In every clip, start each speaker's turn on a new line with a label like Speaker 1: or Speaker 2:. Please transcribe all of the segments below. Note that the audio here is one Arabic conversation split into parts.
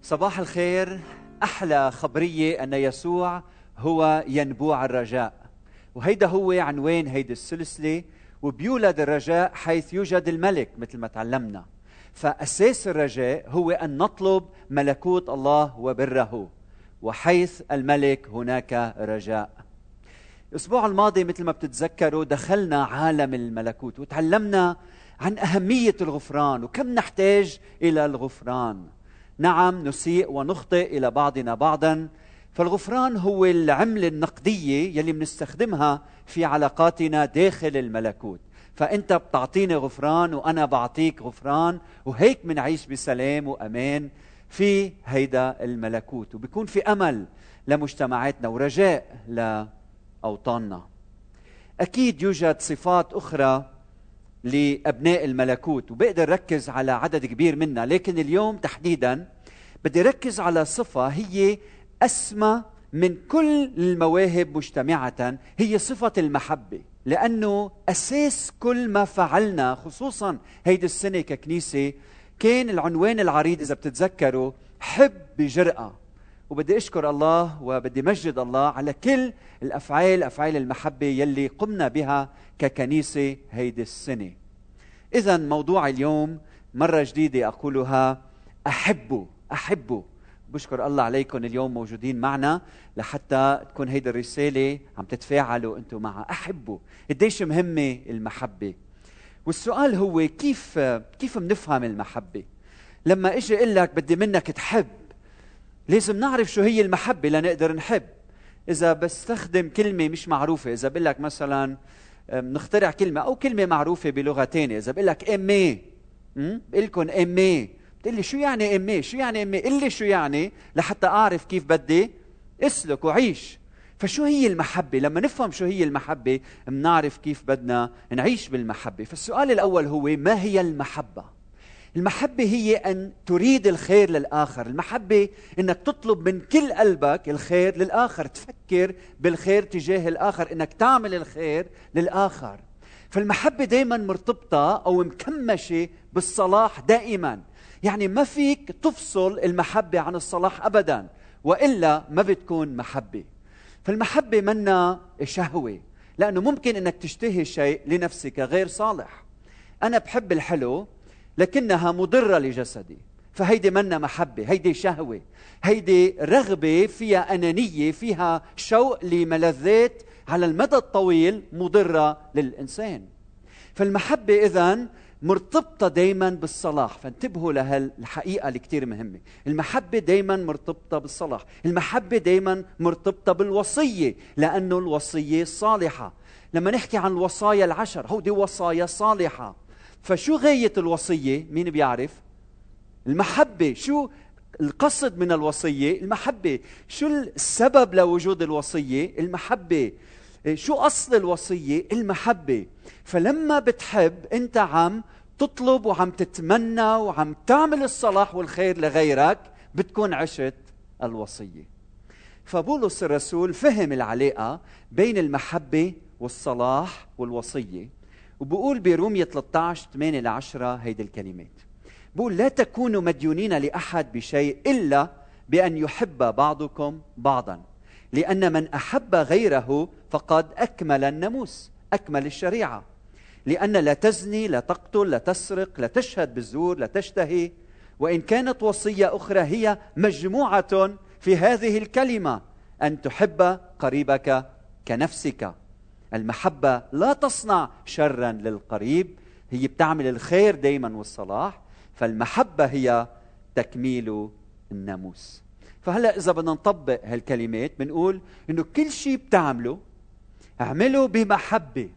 Speaker 1: صباح الخير. أحلى خبرية أن يسوع هو ينبوع الرجاء، وهيدا هو عنوان هيدي السلسلة. وبيولد الرجاء حيث يوجد الملك مثل ما تعلمنا. فأساس الرجاء هو أن نطلب ملكوت الله وبره، وحيث الملك هناك رجاء. الأسبوع الماضي مثل ما بتتذكروا دخلنا عالم الملكوت وتعلمنا عن أهمية الغفران وكم نحتاج إلى الغفران. نعم، نسيء ونخطئ إلى بعضنا بعضا، فالغفران هو العملة النقدية يلي بنستخدمها في علاقاتنا داخل الملكوت. فأنت بتعطيني غفران وأنا بعطيك غفران، وهيك منعيش بسلام وأمان في هيدا الملكوت، وبيكون في أمل لمجتمعاتنا ورجاء لأوطاننا. أكيد يوجد صفات أخرى لأبناء الملكوت وبقدر ركز على عدد كبير منها، لكن اليوم تحديدا بدي ركز على صفة هي أسمى من كل المواهب مجتمعة، هي صفة المحبة. لأنه أساس كل ما فعلنا خصوصا هيدي السنة ككنيسة كان العنوان العريض إذا بتتذكروا حب بجرأة. وبدي أشكر الله وبدي مجد الله على كل أفعال المحبة يلي قمنا بها ككنيسة هيدي السنة. إذن موضوع اليوم مرة جديدة أقولها أحبوا. بشكر الله عليكم اليوم موجودين معنا لحتى تكون هيدي الرسالة عم تتفاعلوا أنتم معها. أحبوا، قديش مهمة المحبة. والسؤال هو كيف بنفهم المحبة؟ لما اجي اقول لك بدي منك تحب، لازم نعرف شو هي المحبة لنقدر نحب. إذا بستخدم كلمة مش معروفة، إذا بقول لك مثلا نخترع كلمة أو كلمة معروفة بلغة تانية، إذا بقول لك إمي، بقول لكم إمي، بتقول لي شو يعني إمي؟ شو يعني إمي؟ قل لي شو يعني لحتى أعرف كيف بدي أسلك وعيش. فشو هي المحبة؟ لما نفهم شو هي المحبة بنعرف كيف بدنا نعيش بالمحبة. فالسؤال الأول هو ما هي المحبة؟ المحبة هي أن تريد الخير للآخر. المحبة أنك تطلب من كل قلبك الخير للآخر، تفكر بالخير تجاه الآخر، أنك تعمل الخير للآخر. فالمحبة دائما مرتبطة أو مكمشة بالصلاح دائما. يعني ما فيك تفصل المحبة عن الصلاح أبدا، وإلا ما بتكون محبة. فالمحبة منا شهوة، لأنه ممكن أنك تشتهي شيء لنفسك غير صالح. أنا بحب الحلو لكنها مضرة لجسدي، فهيدي منا محبة، هيدي شهوة، هيدي رغبة فيها أنانية، فيها شوق لملذات على المدى الطويل مضرة للإنسان. فالمحبة إذن مرتبطة دايما بالصلاح. فانتبهوا لهالحقيقة اللي كتير مهمة. المحبة دايما مرتبطة بالصلاح. المحبة دايما مرتبطة بالوصية، لأنه الوصية صالحة. لما نحكي عن الوصايا العشر، هودي وصايا صالحة. فشو غاية الوصية؟ مين بيعرف؟ المحبة. شو القصد من الوصية؟ المحبة. شو السبب لوجود الوصية؟ المحبة. شو أصل الوصية؟ المحبة. فلما بتحب أنت عم تطلب وعم تتمنى وعم تعمل الصلاح والخير لغيرك، بتكون عشت الوصية. فبولس الرسول فهم العلاقة بين المحبة والصلاح والوصية، وبقول برومية 13:8-10 هيدي الكلمات. بقول لا تكونوا مديونين لأحد بشيء إلا بأن يحب بعضكم بعضا، لأن من أحب غيره فقد أكمل الناموس، أكمل الشريعة. لأن لا تزني، لا تقتل، لا تسرق، لا تشهد بالزور، لا تشتهي. وإن كانت وصية أخرى هي مجموعة في هذه الكلمة: أن تحب قريبك كنفسك. المحبة لا تصنع شرا للقريب، هي بتعمل الخير دايما والصلاح. فالمحبة هي تكميل الناموس. فهلأ إذا بدنا نطبق هالكلمات بنقول إنه كل شيء بتعمله اعمله بمحبة.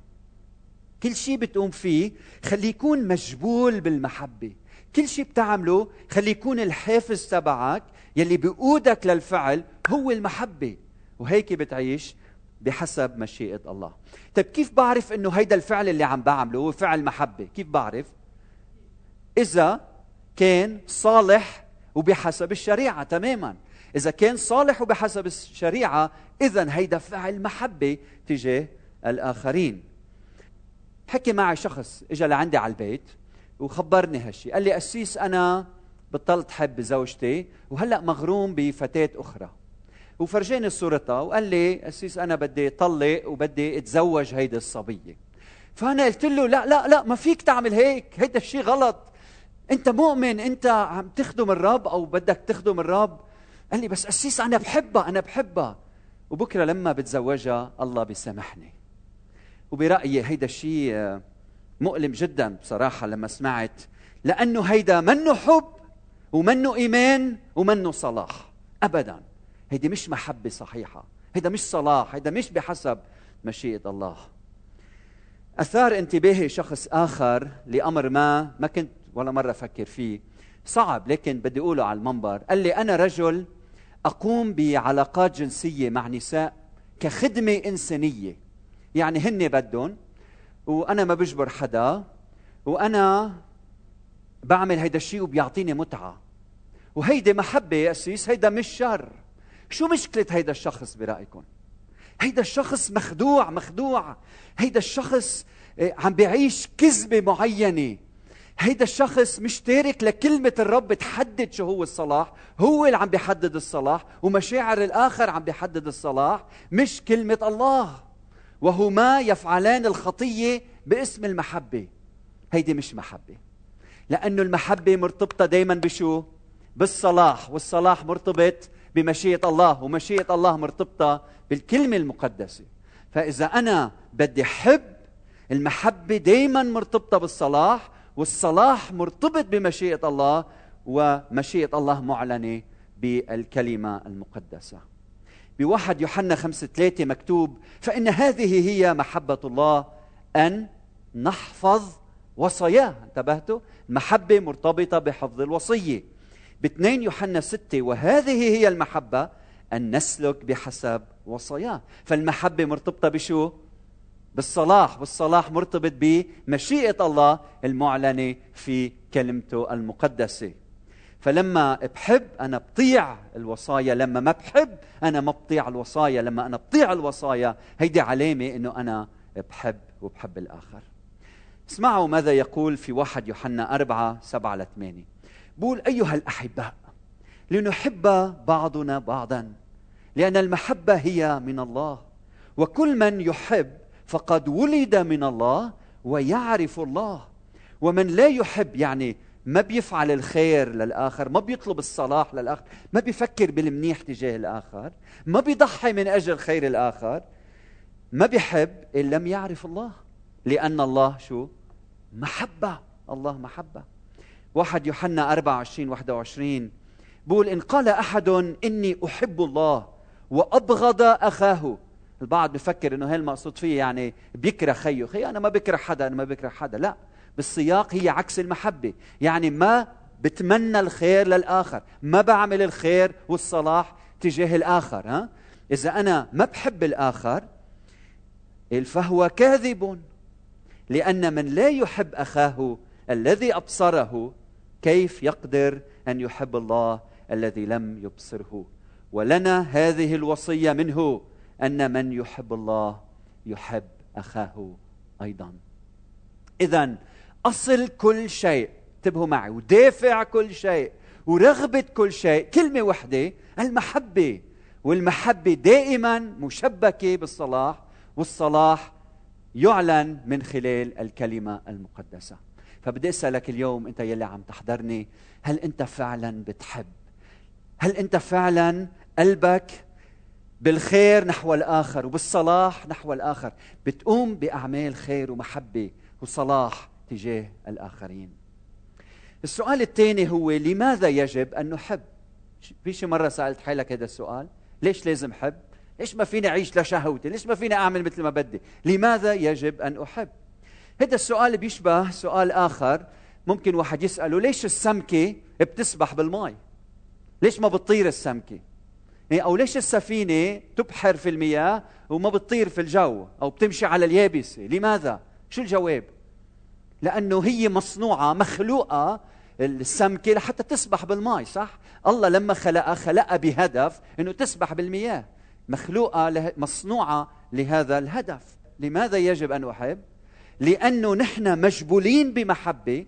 Speaker 1: كل شيء بتقوم فيه خليه يكون مجبول بالمحبة. كل شيء بتعمله خليه يكون الحافز تبعك يلي بيقودك للفعل هو المحبة، وهيك بتعيش بحسب مشيئة الله. طيب كيف بعرف انه هيدا الفعل اللي عم بعمله هو فعل محبة؟ كيف بعرف؟ إذا كان صالح وبحسب الشريعة تماما. إذا كان صالح وبحسب الشريعة إذن هيدا فعل محبة تجاه الآخرين. حكي معي شخص اجى لعندي على البيت وخبرني هالشي، قال لي قسيس أنا بطلت حب زوجتي وهلأ مغروم بفتاة أخرى. وفرجاني صورتها وقال لي أسيس أنا بدي طلق وبدي أتزوج هيدي الصبية. فأنا قلت له لا لا لا، ما فيك تعمل هيك، هيدا الشيء غلط، أنت مؤمن، أنت عم تخدم الرب أو بدك تخدم الرب. قال لي بس أسيس أنا بحبها وبكرة لما بتزوجها الله بيسامحني. وبرأيي هيدا الشيء مؤلم جدا بصراحة لما سمعت، لأنه هيدا منه حب ومنه إيمان ومنه صلاح أبدا. هيدي مش محبة صحيحة، هيدا مش صلاح، هيدا مش بحسب مشيئة الله. أثار انتباهي شخص آخر لأمر ما كنت ولا مرة أفكر فيه، صعب لكن بدي أقوله على المنبر. قال لي أنا رجل أقوم بعلاقات جنسية مع نساء كخدمة إنسانية، يعني هن بدهم وأنا ما بجبر حدا، وأنا بعمل هيدا الشيء وبيعطيني متعة، وهيدي محبة يا أسيس، هيدا مش شر. شو مشكلة هيدا الشخص برأيكم؟ هيدا الشخص مخدوع، هيدا الشخص عم بيعيش كذبة معينة، هيدا الشخص مش تارك لكلمة الرب تحدد شو هو الصلاح، هو اللي عم بيحدد الصلاح، ومشاعر الآخر عم بيحدد الصلاح مش كلمة الله، وهما يفعلان الخطية باسم المحبة. هيدي مش محبة، لأنه المحبة مرتبطة دايما بشو؟ بالصلاح، والصلاح مرتبط بمشيئة الله، ومشيئة الله مرتبطة بالكلمة المقدسة. فإذا أنا بدي حب، المحبة دايما مرتبطة بالصلاح، والصلاح مرتبط بمشيئة الله، ومشيئة الله معلنة بالكلمة المقدسة. بواحد يوحنا 5:3 مكتوب فإن هذه هي محبة الله أن نحفظ وصاياه. انتبهتوا؟ المحبة مرتبطة بحفظ الوصية. ب2 يوحنا 6 وهذه هي المحبة أن نسلك بحسب وصاياه. فالمحبة مرتبطة بشو؟ بالصلاح، والصلاح مرتبط بمشيئة الله المعلنة في كلمته المقدسة. فلما بحب أنا بطيع الوصايا، لما ما بحب أنا ما بطيع الوصايا. لما أنا بطيع الوصايا هيدي علامة أنه أنا بحب وبحب الآخر. اسمعوا ماذا يقول في 1 يوحنا 4:7-8. بقول أيها الأحباء لنحب بعضنا بعضا لأن المحبة هي من الله، وكل من يحب فقد ولد من الله ويعرف الله. ومن لا يحب يعني ما بيفعل الخير للآخر، ما بيطلب الصلاح للآخر، ما بيفكر بالمنيح تجاه الآخر، ما بيضحي من أجل خير الآخر، ما بيحب إن لم يعرف الله، لأن الله شو؟ محبة. الله محبة. 1 يوحنا 24:21 بقول إن قال أحد إني أحب الله وأبغض أخاه. البعض بفكر إنه هي المقصود فيه يعني بيكره خيه. أنا ما بكره حدا، أنا ما بكره حدا. لا، بالسياق هي عكس المحبة، يعني ما بتمنى الخير للآخر، ما بعمل الخير والصلاح تجاه الآخر. إذا أنا ما بحب الآخر فهو كاذب، لأن من لا يحب أخاه الذي أبصره كيف يقدر أن يحب الله الذي لم يبصره؟ ولنا هذه الوصية منه أن من يحب الله يحب أخاه أيضا. إذن أصل كل شيء، انتبهوا معي، ودافع كل شيء ورغبة كل شيء كلمة واحدة: المحبة. والمحبة دائما مشبكة بالصلاح، والصلاح يعلن من خلال الكلمة المقدسة. فبدي أسألك اليوم أنت يلي عم تحضرني، هل أنت فعلا بتحب؟ هل أنت فعلا قلبك بالخير نحو الآخر وبالصلاح نحو الآخر؟ بتقوم بأعمال خير ومحبة وصلاح تجاه الآخرين. السؤال الثاني هو لماذا يجب أن نحب؟ في شي مرة سألت حالك هذا السؤال؟ ليش لازم حب؟ ليش ما فيني أعيش لشهوتي؟ ليش ما فيني أعمل مثل ما بدي؟ لماذا يجب أن أحب؟ هذا السؤال بيشبه سؤال آخر ممكن واحد يسأله: ليش السمكة بتسبح بالماء؟ ليش ما بتطير السمكة؟ أو ليش السفينة تبحر في المياه وما بتطير في الجو أو بتمشي على اليابسة؟ لماذا؟ شو الجواب؟ لأنه هي مصنوعة، مخلوقة السمكة لحتى تسبح بالماء، صح؟ الله لما خلقها بهدف أنه تسبح بالمياه، مخلوقة مصنوعة لهذا الهدف. لماذا يجب أن أحب؟ لأنه نحن مجبولين بمحبة،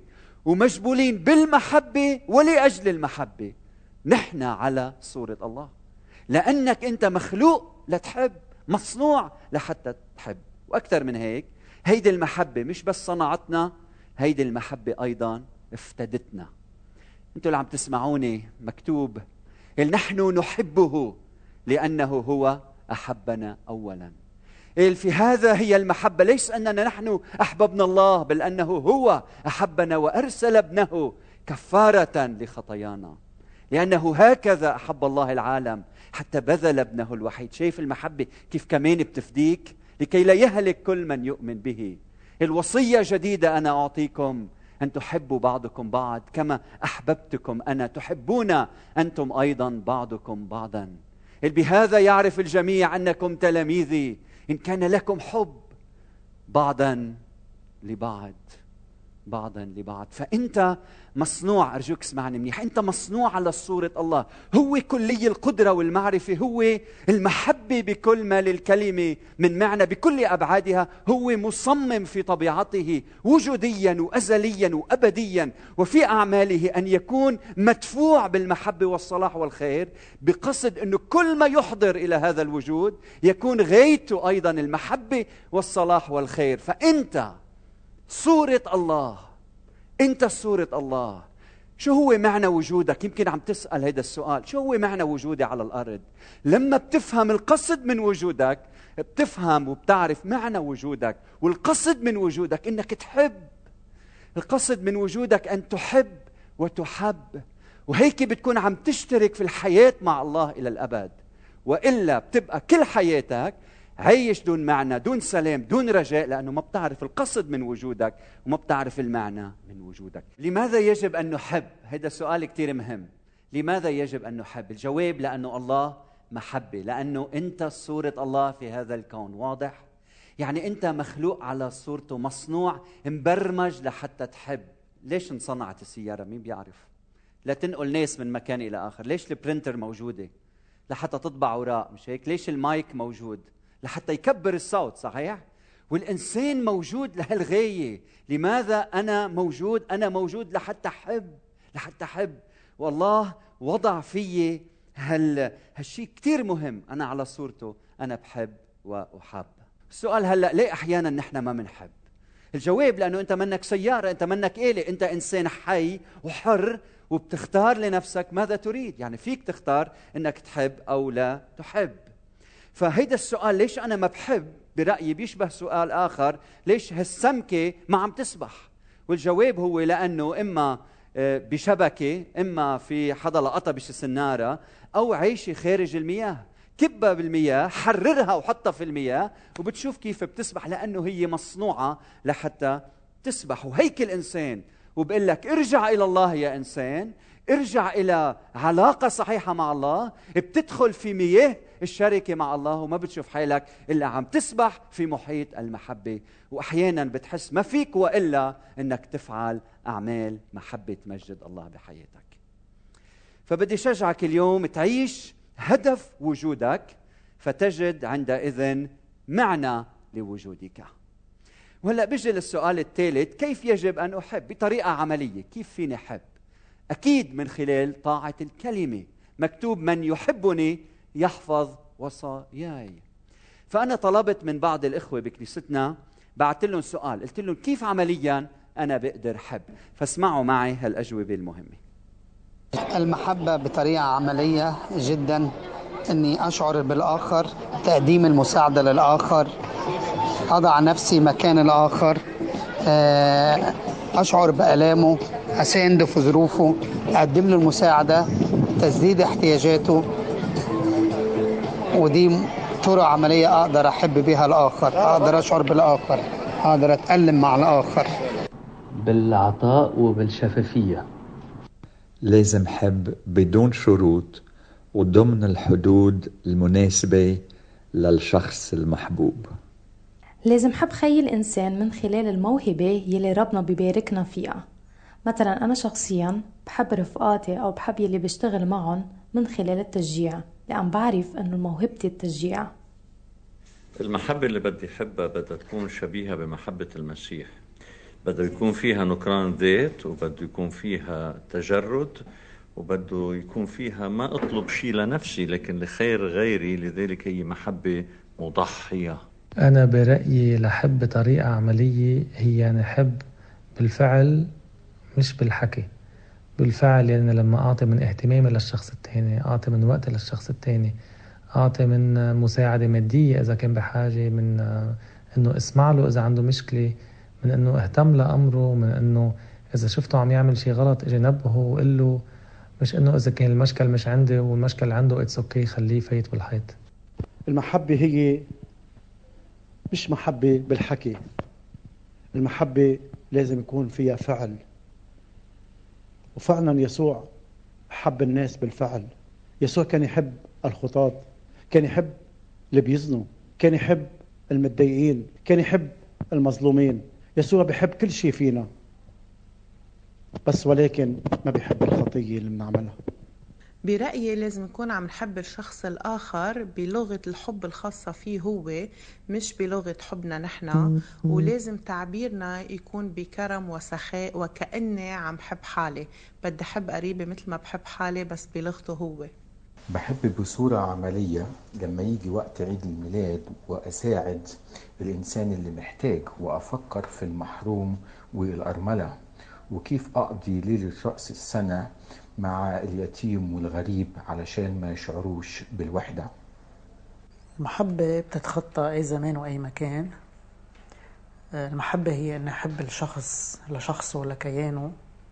Speaker 1: ومجبولين بالمحبة ولأجل المحبة. نحن على صورة الله، لأنك أنت مخلوق لتحب، مصنوع لحتى تحب. وأكثر من هيك، هيدي المحبة مش بس صنعتنا، هيدي المحبة أيضا افتدتنا. أنتوا اللي عم تسمعوني مكتوب نحن نحبه لأنه هو أحبنا أولا. في هذا هي المحبة، ليس أننا نحن أحببنا الله، بل أنه هو أحبنا وأرسل ابنه كفارة لخطايانا. لأنه هكذا أحب الله العالم حتى بذل ابنه الوحيد. شايف المحبة كيف كمان بتفديك؟ لكي لا يهلك كل من يؤمن به. الوصية جديدة أنا أعطيكم، أن تحبوا بعضكم بعض كما أحببتكم أنا، تحبون أنتم أيضا بعضكم بعضا. بهذا يعرف الجميع أنكم تلاميذي، إن كان لكم حب بعضا لبعض، بعضا لبعض. فأنت مصنوع، أرجوك اسمعني منيح، أنت مصنوع على صورة الله. هو كلي القدرة والمعرفة، هو المحبة بكل ما للكلمة من معنى بكل أبعادها. هو مصمم في طبيعته وجوديا وأزليا وأبديا، وفي أعماله أن يكون مدفوع بالمحبة والصلاح والخير، بقصد أنه كل ما يحضر إلى هذا الوجود يكون غايته أيضا المحبة والصلاح والخير. فأنت صورة الله، أنت صورة الله. شو هو معنى وجودك؟ يمكن عم تسأل هذا السؤال، شو هو معنى وجودي على الأرض؟ لما بتفهم القصد من وجودك، بتفهم وبتعرف معنى وجودك. والقصد من وجودك إنك تحب. القصد من وجودك أن تحب وتحب، وهيك بتكون عم تشترك في الحياة مع الله إلى الأبد. وإلا بتبقى كل حياتك عايش دون معنى، دون سلام، دون رجاء، لأنه ما بتعرف القصد من وجودك وما بتعرف المعنى من وجودك. لماذا يجب أن نحب؟ هذا سؤال كتير مهم. لماذا يجب أن نحب؟ الجواب لأنه الله محبة، لأنه أنت صورة الله في هذا الكون. واضح؟ يعني أنت مخلوق على صورته، مصنوع، مبرمج لحتى تحب. ليش انصنعت السيارة؟ مين بيعرف؟ لتنقل ناس من مكان إلى آخر. ليش البرينتر موجودة؟ لحتى تطبع أوراق، مش هيك؟ ليش المايك موجود؟ لحتى يكبر الصوت، صحيح؟ والإنسان موجود لهالغاية. لماذا أنا موجود؟ أنا موجود لحتى أحب، لحتى أحب. والله وضع فيي هالشيء كتير مهم، أنا على صورته، أنا بحب وأحب. السؤال هلأ، ليه أحيانا نحن ما منحب؟ الجواب لأنه أنت منك سيارة، أنت منك آلة، أنت إنسان حي وحر، وبتختار لنفسك ماذا تريد. يعني فيك تختار أنك تحب أو لا تحب. فهيدا السؤال، ليش أنا ما بحب، برأيي بيشبه سؤال آخر، ليش هالسمكة ما عم تسبح؟ والجواب هو لأنه إما بشبكة، إما في حدا لقطها بشي سنارة، أو عايشة خارج المياه. كبها بالمياه، حررها وحطها في المياه، وبتشوف كيف بتسبح، لأنه هي مصنوعة لحتى تسبح. وهيك الإنسان، وبقول لك ارجع إلى الله يا إنسان، ارجع إلى علاقة صحيحة مع الله، بتدخل في مياه الشركة مع الله، وما بتشوف حالك إلا عم تسبح في محيط المحبة. وأحيانا بتحس ما فيك وإلا أنك تفعل أعمال محبة تمجد الله بحياتك. فبدي شجعك اليوم تعيش هدف وجودك، فتجد عندئذ معنى لوجودك. وهلأ بيجي للسؤال الثالث، كيف يجب أن أحب؟ بطريقة عملية. كيف فيني أحب؟ أكيد من خلال طاعة الكلمة. مكتوب من يحبني يحفظ وصاياي. فأنا طلبت من بعض الإخوة بكنيستنا، بعثت لهم سؤال، قلت لهم كيف عمليا أنا بقدر حب؟ فاسمعوا معي هالأجوبة المهمة.
Speaker 2: المحبة بطريقة عملية جدا، أني أشعر بالآخر، تقديم المساعدة للآخر، أضع نفسي مكان الآخر، أشعر بألامه، أسانده في ظروفه، أقدم له المساعدة، تسديد احتياجاته. ودي طرق عملية أقدر أحب بها الآخر، أقدر أشعر بالآخر، أقدر أتألم مع الآخر.
Speaker 3: بالعطاء وبالشفافية.
Speaker 4: لازم حب بدون شروط وضمن الحدود المناسبة للشخص المحبوب.
Speaker 5: لازم حب خي الإنسان من خلال الموهبة يلي ربنا بيباركنا فيها. مثلا أنا شخصيا بحب رفقاتي أو بحب يلي بشتغل معهم من خلال التشجيع، لأن بعرف أنه موهبتي التشجيع.
Speaker 6: المحبة اللي بدي حبها بدها تكون شبيهة بمحبة المسيح. بده يكون فيها نكران ذات، وبده يكون فيها تجرد، وبده يكون فيها ما أطلب شيء لنفسي لكن لخير غيري، لذلك هي محبة مضحية.
Speaker 3: أنا برأيي لحب بطريقة عملية هي نحب بالفعل مش بالحكي. بالفعل يعني لما أعطي من اهتمامي للشخص التاني، أعطي من وقتي للشخص التاني، أعطي من مساعدة مادية إذا كان بحاجة، من إنه اسمع له إذا عنده مشكلة، من إنه اهتم لأمره، من إنه إذا شفته عم يعمل شي غلط إجي نبهه وقل له، مش إنه إذا كان المشكل مش عندي والمشكل عنده اتس اوكي خليه يفيت بالحيط.
Speaker 7: المحبة هي مش محبة بالحكي، المحبة لازم يكون فيها فعل، وفعلا يسوع حب الناس بالفعل. يسوع كان يحب الخطاة، كان يحب اللي بيزنوا، كان يحب المتضايقين، كان يحب المظلومين. يسوع بيحب كل شيء فينا، بس ولكن ما بيحب الخطية اللي بنعملها.
Speaker 8: برأيي لازم نكون عم نحب الشخص الآخر بلغة الحب الخاصة فيه هو، مش بلغة حبنا نحن، ولازم تعبيرنا يكون بكرم وسخاء، وكأني عم حب حالي، بدي حب قريبي مثل ما بحب حالي بس بلغته هو.
Speaker 9: بحب بصورة عملية لما يجي وقت عيد الميلاد وأساعد الإنسان اللي محتاج، وأفكر في المحروم والأرملة، وكيف أقضي ليلة رأس السنة مع اليتيم والغريب علشان ما يشعروش بالوحدة.
Speaker 10: المحبة بتتخطى أي زمان وأي مكان. المحبة هي أن أحب الشخص لشخصه ولكيانه.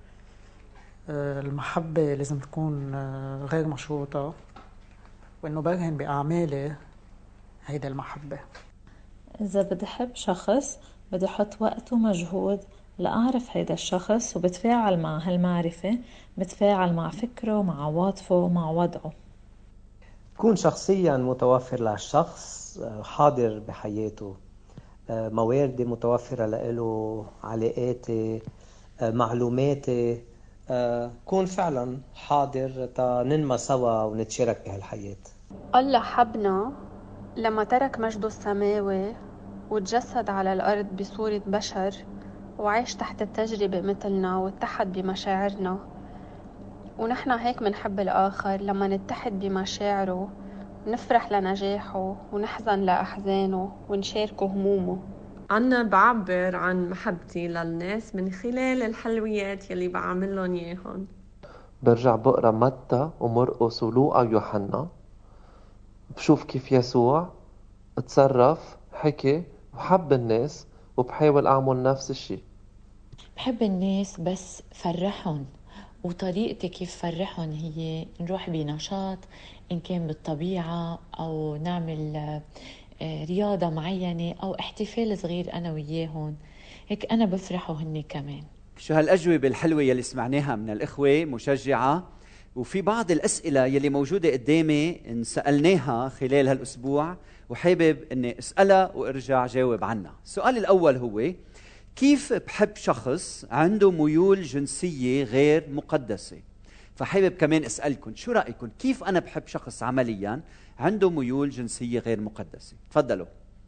Speaker 10: المحبة لازم تكون غير مشروطة، وأنه برهن بأعمالي هيدا المحبة.
Speaker 11: إذا بدي أحب شخص بدي أحط وقت ومجهود لأعرف هيدا الشخص، وبتفاعل مع هالمعرفة، بتفاعل مع فكره، مع عواطفه، مع وضعه.
Speaker 12: كون شخصيا متوفر للشخص، حاضر بحياته، مواردي متوفرة له، علاقاتي، معلوماتي، كون فعلا حاضر ننمى سوا ونتشارك بهالحياة.
Speaker 13: الله حبنا لما ترك مجده السماوي وتجسد على الأرض بصورة بشر، وعايش تحت التجربة مثلنا واتحد بمشاعرنا، ونحن هيك منحب الآخر لما نتحد بمشاعره، نفرح لنجاحه ونحزن لأحزانه ونشاركه همومه.
Speaker 14: أنا بعبر عن محبتي للناس من خلال الحلويات يلي بعملهم إياهم.
Speaker 15: برجع بقرأ متى ومرقس ولوقا ويوحنا، بشوف كيف يسوع اتصرف، حكي وحب الناس، وبحاول أعمل نفس الشيء.
Speaker 16: بحب الناس بس فرحهم، وطريقتي كيف فرحهم هي نروح بنشاط، إن كان بالطبيعة أو نعمل رياضة معينة أو احتفال صغير أنا وياهم، هيك أنا بفرح وهني كمان.
Speaker 1: شو هالأجوبة الحلوة يلي سمعناها من الإخوة مشجعة، وفي بعض الأسئلة يلي موجودة قدامي انسألناها خلال هالأسبوع، وحابب أني أسألها وأرجع جاوب عنها. السؤال الأول هو: كيف بحب شخص عنده ميول جنسية غير مقدسة؟ فحابب كمان أسألكم شو رأيكم، كيف أنا بحب شخص عملياً عنده ميول جنسية غير مقدسة؟ تفضلوا.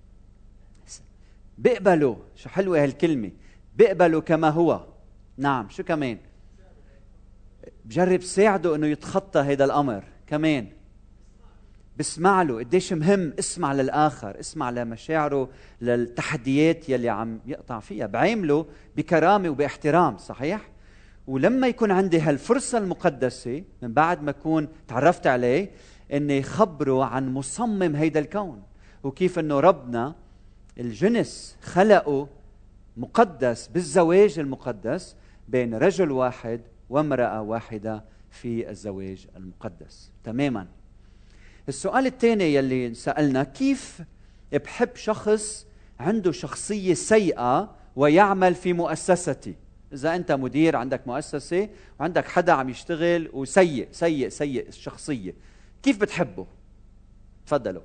Speaker 1: بقبله، شو حلوة هالكلمة، بقبله كما هو. نعم، شو كمان؟ بجرب ساعده انه يتخطى هذا الامر. كمان بسمع له، قديش مهم اسمع للآخر، اسمع لمشاعره، للتحديات يلي عم يقطع فيها، بعامله بكرامة وباحترام. صحيح؟ ولما يكون عندي هالفرصة المقدسة من بعد ما أكون تعرفت عليه، أني خبره عن مصمم هيدا الكون، وكيف أنه ربنا الجنس خلقه مقدس بالزواج المقدس بين رجل واحد وامرأة واحدة في الزواج المقدس تماما. السؤال الثاني يلي سألنا: كيف بحب شخص عنده شخصية سيئة ويعمل في مؤسستي؟ إذا أنت مدير عندك مؤسسة وعندك حدا عم يشتغل وسيء سيء سيء الشخصية، كيف بتحبه؟ تفضلوا.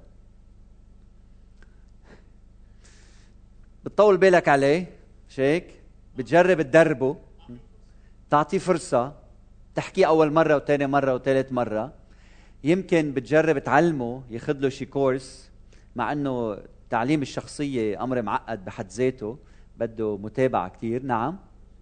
Speaker 1: بتطول بالك عليه، شيك بتجرب تدربه، تعطيه فرصة، تحكيه أول مرة وثاني مرة وثالث مرة، يمكن بتجرب تعلمه، ياخذ له شي كورس، مع أنه تعليم الشخصية أمر معقد بحد ذاته، بده متابعة كتير. نعم،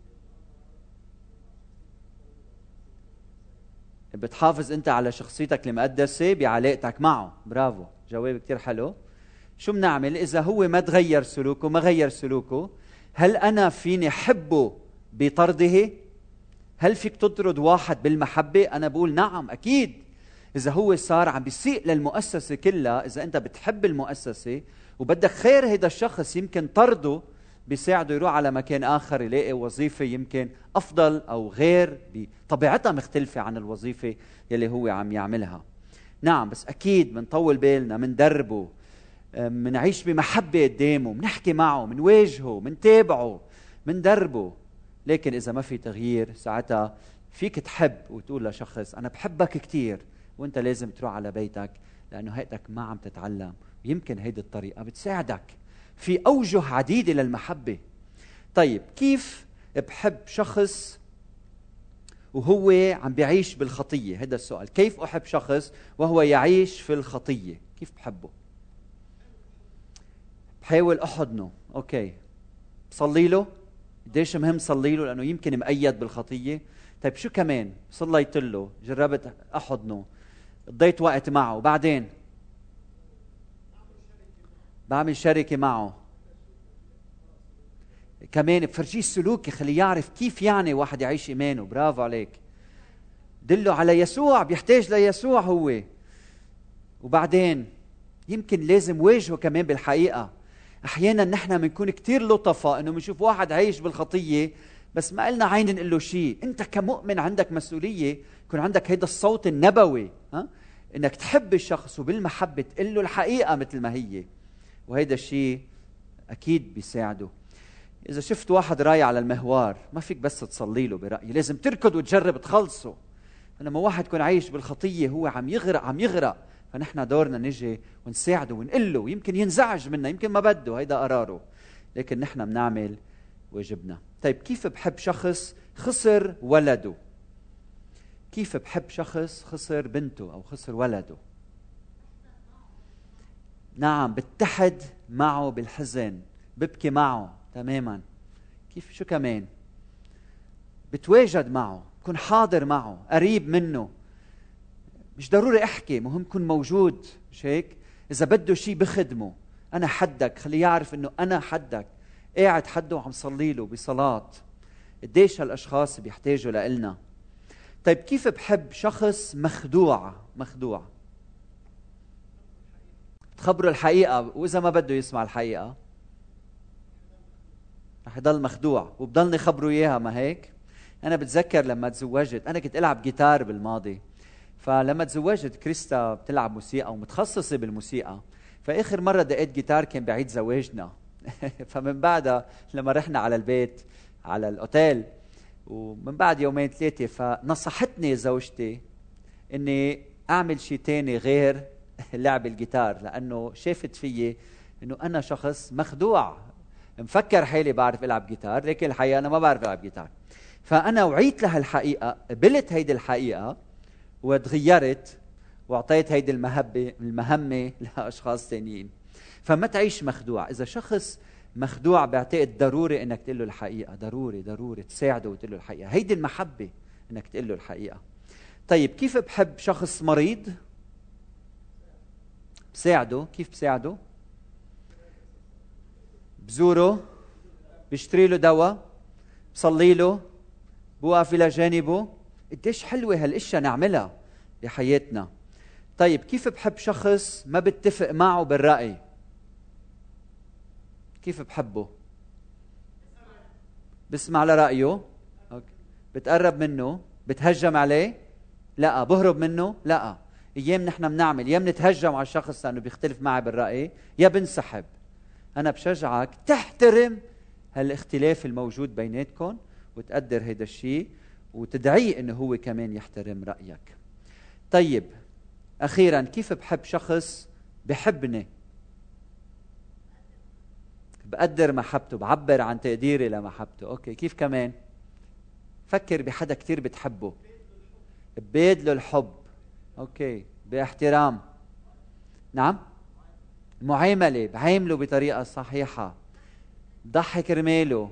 Speaker 1: بتحافظ انت على شخصيتك المقدسة بعلاقتك معه. برافو، جواب كتير حلو. شو بنعمل إذا هو ما تغير سلوكه، ما غير سلوكه؟ هل أنا فيني حبه بطرده؟ هل فيك تطرد واحد بالمحبة؟ أنا بقول نعم أكيد. إذا هو صار عم بيسيء للمؤسسة كلها، إذا أنت بتحب المؤسسة وبدك خير هيدا الشخص، يمكن طرده بيساعده يروح على مكان آخر، يلاقي وظيفة يمكن أفضل أو غير بطبيعتها مختلفة عن الوظيفة يلي هو عم يعملها. نعم، بس أكيد منطول بالنا، مندربه، منعيش بمحبة قدامه، منحكي معه، منواجهه، منتابعه، مندربه. لكن إذا ما في تغيير، ساعتها فيك تحب وتقول لشخص أنا بحبك كتير، وأنت لازم تروح على بيتك، لأنه هيئتك ما عم تتعلم. ويمكن هيدي الطريقة بتساعدك في أوجه عديدة للمحبة. طيب، كيف بحب شخص وهو عم بيعيش بالخطية؟ هذا السؤال. كيف أحب شخص وهو يعيش في الخطية؟ كيف بحبه؟ بحاول أحضنه. أوكي، بصلي له. قديش مهم صلي له؟ لأنه يمكن مقيد بالخطية. طيب شو كمان؟ صليت له، جربت أحضنه، قضيت وقت معه، بعدين بعمل شركة معه. كمان بفرجيه السلوك، خليه يعرف كيف يعني واحد يعيش إيمانه. برافو عليك. دله على يسوع، بيحتاج ليسوع هو. وبعدين يمكن لازم واجهه كمان بالحقيقة. أحيانا نحن بنكون كتير لطفاء إنه بنشوف واحد عايش بالخطية بس ما قلنا عين نقول له شيء. أنت كمؤمن عندك مسؤولية، يكون عندك هيدا الصوت النبوي، إنك تحب الشخص وبالمحبة تقول له الحقيقة مثل ما هي. وهيدا الشيء أكيد بيساعده. إذا شفت واحد رايح على المهوار، ما فيك بس تصلي له برأيي، لازم تركض وتجرب تخلصه. لما واحد يكون عايش بالخطية، هو عم يغرق، فنحن دورنا نجي ونساعده ونقول له. يمكن ينزعج منا، يمكن ما بده، هيدا قراره، لكن نحن بنعمل واجبنا. طيب، كيف بحب شخص خسر ولده؟ كيف بحب شخص خسر بنته أو خسر ولده؟ نعم، بتحد معه بالحزن، ببكي معه تماما. كيف؟ شو كمان؟ بتواجد معه، بكون حاضر معه، قريب منه. مش ضروري احكي، مهم كون موجود. مش هيك؟ اذا بده شيء بخدمه، انا حدك، خليه يعرف انه انا حدك، قاعد حده وعم صلي له بصلاة. قديش هالاشخاص بيحتاجوا لإلنا. طيب، كيف بحب شخص مخدوع؟ تخبره الحقيقة، واذا ما بده يسمع الحقيقة رح يضل مخدوع، وبضلني خبره اياها. ما هيك؟ انا بتذكر لما تزوجت، انا كنت العب جيتار بالماضي، فلما تزوجت كريستا بتلعب موسيقى ومتخصصة بالموسيقى، فآخر مرة دقيت جيتار كان بعيد زواجنا. فمن بعدها لما رحنا على البيت، على الأوتيل، ومن بعد يومين ثلاثة، فنصحتني زوجتي إني أعمل شيء تاني غير لعب الجيتار، لأنه شافت فيي إنه أنا شخص مخدوع، مفكر حالي بعرف ألعب جيتار، لكن الحقيقة أنا ما بعرف ألعب جيتار. فأنا وعيت لها الحقيقة، قبلت هيدي الحقيقة وتغيرت، واعطيت هيدي المهمة لأشخاص تانيين. فما تعيش مخدوع. إذا شخص مخدوع، بعتقد ضروري إنك تقول له الحقيقة، ضروري تساعده وتقول له الحقيقة. هيدي المحبة، إنك تقول له الحقيقة. طيب، كيف بحب شخص مريض؟ بساعده. كيف بساعده؟ بزوره، بشتري له دواء، بصلي له، بوقف إلى جانبه. قديش حلوة هالاشياء نعملها بحياتنا. طيب، كيف بحب شخص ما بتفق معه بالرأي؟ كيف بحبه؟ بسمع لرأيه؟ بتقرب منه؟ بتهجم عليه؟ لا. بهرب منه؟ لا. ايام نحن بنعمل، يا بنتهجم على الشخص لأنه بيختلف معي بالرأي، يا بنسحب. أنا بشجعك تحترم هالاختلاف الموجود بيناتكم، وتقدر هيدا الشيء، وتدعيه إنه هو كمان يحترم رأيك. طيب، أخيرا، كيف بحب شخص بحبني؟ بقدر محبته، بعبر عن تقديري لمحبته. أوكي، كيف كمان؟ فكر بحدا كتير بتحبه، ببادله الحب. أوكي، باحترام. نعم، معاملة، بعامله بطريقة صحيحة، ضحي كرماله.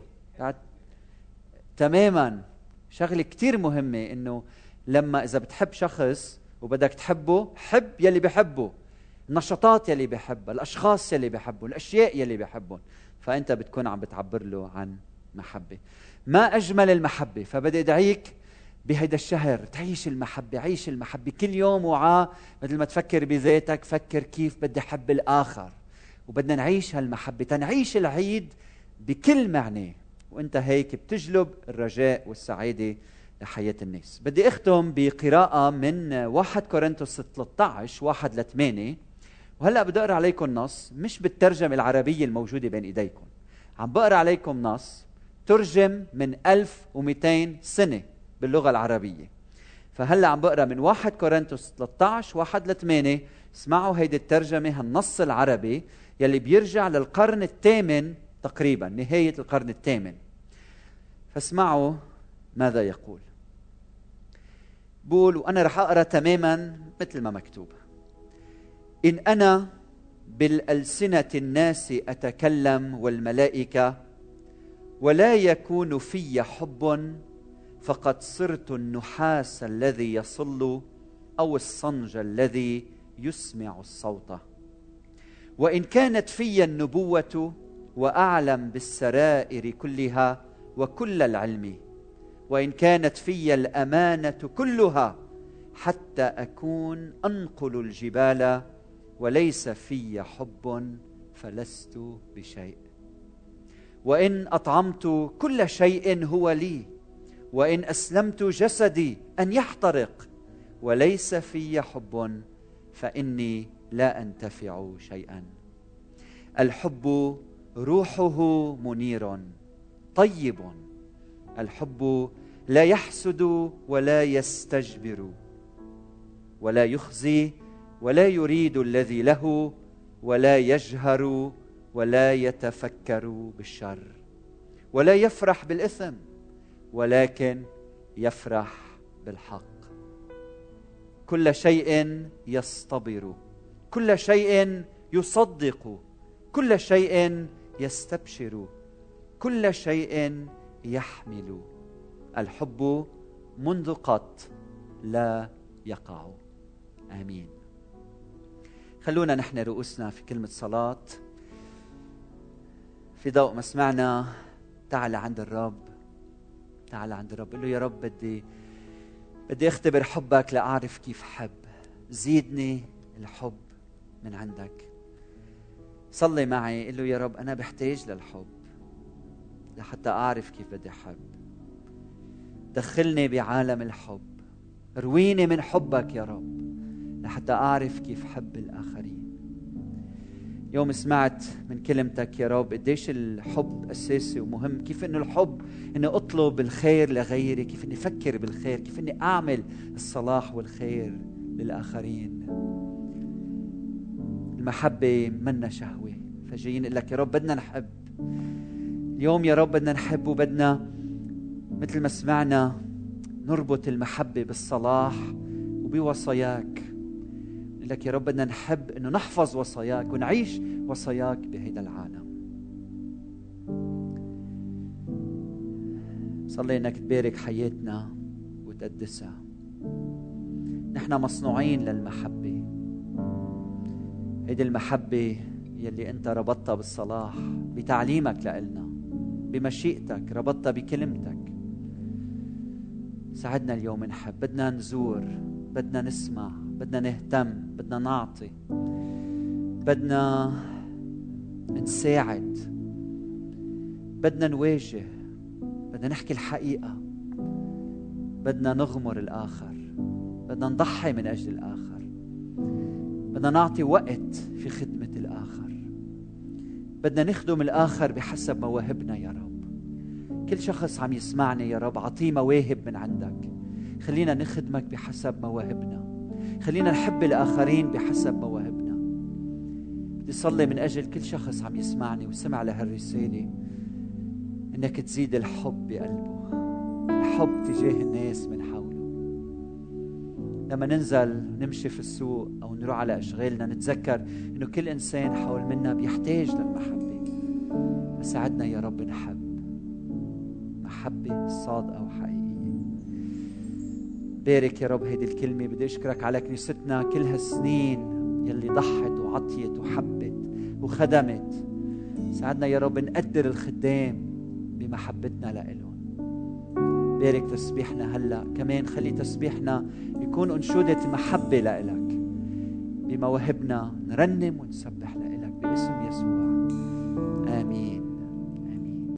Speaker 1: تماما. شغلة كتير مهمة إنه لما إذا بتحب شخص وبدك تحبه، حب يلي بحبه، النشاطات يلي بحبها، الأشخاص يلي بحبهم، الأشياء يلي بحبهم، فأنت بتكون عم بتعبر له عن محبة. ما أجمل المحبة. فبدي أدعيك بهيدا الشهر تعيش المحبة. عيش المحبة كل يوم وعاء. بدل ما تفكر بذاتك فكر كيف بدي أحب الآخر، وبدنا نعيش هالمحبة تنعيش العيد بكل معنى، وانت هيك بتجلب الرجاء والسعادة لحياة الناس. بدي اختم بقراءة من 1 كورنثوس 13 1-8. وهلأ بدي أقرأ عليكم نص مش بالترجمة العربية الموجودة بين إيديكم، عم بقرأ عليكم نص ترجم من 1200 سنة باللغة العربية. فهلأ عم بقرأ من 1 كورنثوس 13 1-8. اسمعوا هيدي الترجمة، هالنص العربي يلي بيرجع للقرن الثامن تقريبا، نهاية القرن الثامن. فاسمعوا ماذا يقول. بقول، وأنا رح أقرأ تماما مثل ما مكتوب: إن أنا بالألسنة الناس أتكلم والملائكة ولا يكون في حب، فقد صرت النحاس الذي يصل أو الصنج الذي يسمع الصوت. وإن كانت في النبوة وأعلم بالسرائر كلها وكل العلم، وإن كانت في الأمانة كلها حتى أكون أنقل الجبال، وليس في حب فلست بشيء. وإن أطعمت كل شيء هو لي، وإن أسلمت جسدي أن يحترق، وليس في حب فإني لا أنتفع شيئا. الحب روحه منير طيب. الحب لا يحسد ولا يستجبر ولا يخزي ولا يريد الذي له ولا يجهر ولا يتفكر بالشر ولا يفرح بالإثم، ولكن يفرح بالحق. كل شيء يصطبر، كل شيء يصدق، كل شيء يستبشر، كل شيء يحمل. الحب منذ قط لا يقع. آمين. خلونا نحن رؤوسنا في كلمة صلاة في ضوء ما سمعنا. تعال عند الرب، تعال عند الرب، قل له يا رب بدي اختبر حبك لأعرف كيف حب. زيدني الحب من عندك. صلي معي، قل له يا رب أنا بحتاج للحب لحتى أعرف كيف بدي أحب. دخلني بعالم الحب، رويني من حبك يا رب لحتى أعرف كيف حب الآخرين. يوم سمعت من كلمتك يا رب قديش الحب أساسي ومهم، كيف إنه الحب إنه أطلب الخير لغيري، كيف إني أفكر بالخير، كيف إني أعمل الصلاح والخير للآخرين. المحبة منا شهوة، فجايين نقول لك يا رب بدنا نحب اليوم. يا رب بدنا نحب، وبدنا مثل ما سمعنا نربط المحبة بالصلاح وبوصاياك. نقول لك يا رب بدنا نحب إنه نحفظ وصاياك ونعيش وصاياك بهيدا العالم. صلي إنك تبارك حياتنا وتقدسها. نحن مصنوعين للمحبة، هيدي المحبة يلي أنت ربطتها بالصلاح، بتعليمك لإلنا، بمشيئتك، ربطتها بكلمتك. ساعدنا اليوم نحب. بدنا نزور، بدنا نسمع، بدنا نهتم، بدنا نعطي، بدنا نساعد، بدنا نواجه، بدنا نحكي الحقيقة، بدنا نغمر الآخر، بدنا نضحي من أجل الآخر، بدنا نعطي وقت في خدمة الآخر، بدنا نخدم الآخر بحسب مواهبنا يا رب. كل شخص عم يسمعني يا رب عطيه مواهب من عندك، خلينا نخدمك بحسب مواهبنا، خلينا نحب الآخرين بحسب مواهبنا. بدي صلي من أجل كل شخص عم يسمعني وسمع لهالرسالة، إنك تزيد الحب بقلبه، الحب تجاه الناس من حوله. لما ننزل نمشي في السوق أو نروح على أشغالنا نتذكر إنه كل إنسان حول منا بيحتاج للمحبة، ساعدنا يا رب نحب محبة صادقة وحقيقية. بارك يا رب هيدي الكلمة. بدي أشكرك على كنيستنا كل هالسنين يلي ضحت وعطيت وحبت وخدمت. ساعدنا يا رب نقدر الخدام بمحبتنا لإلهم. بارك تسبيحنا هلأ كمان، خلي تسبيحنا يكون أنشودة محبة لإلك. بمواهبنا نرنم ونسبح لإلك باسم يسوع، آمين.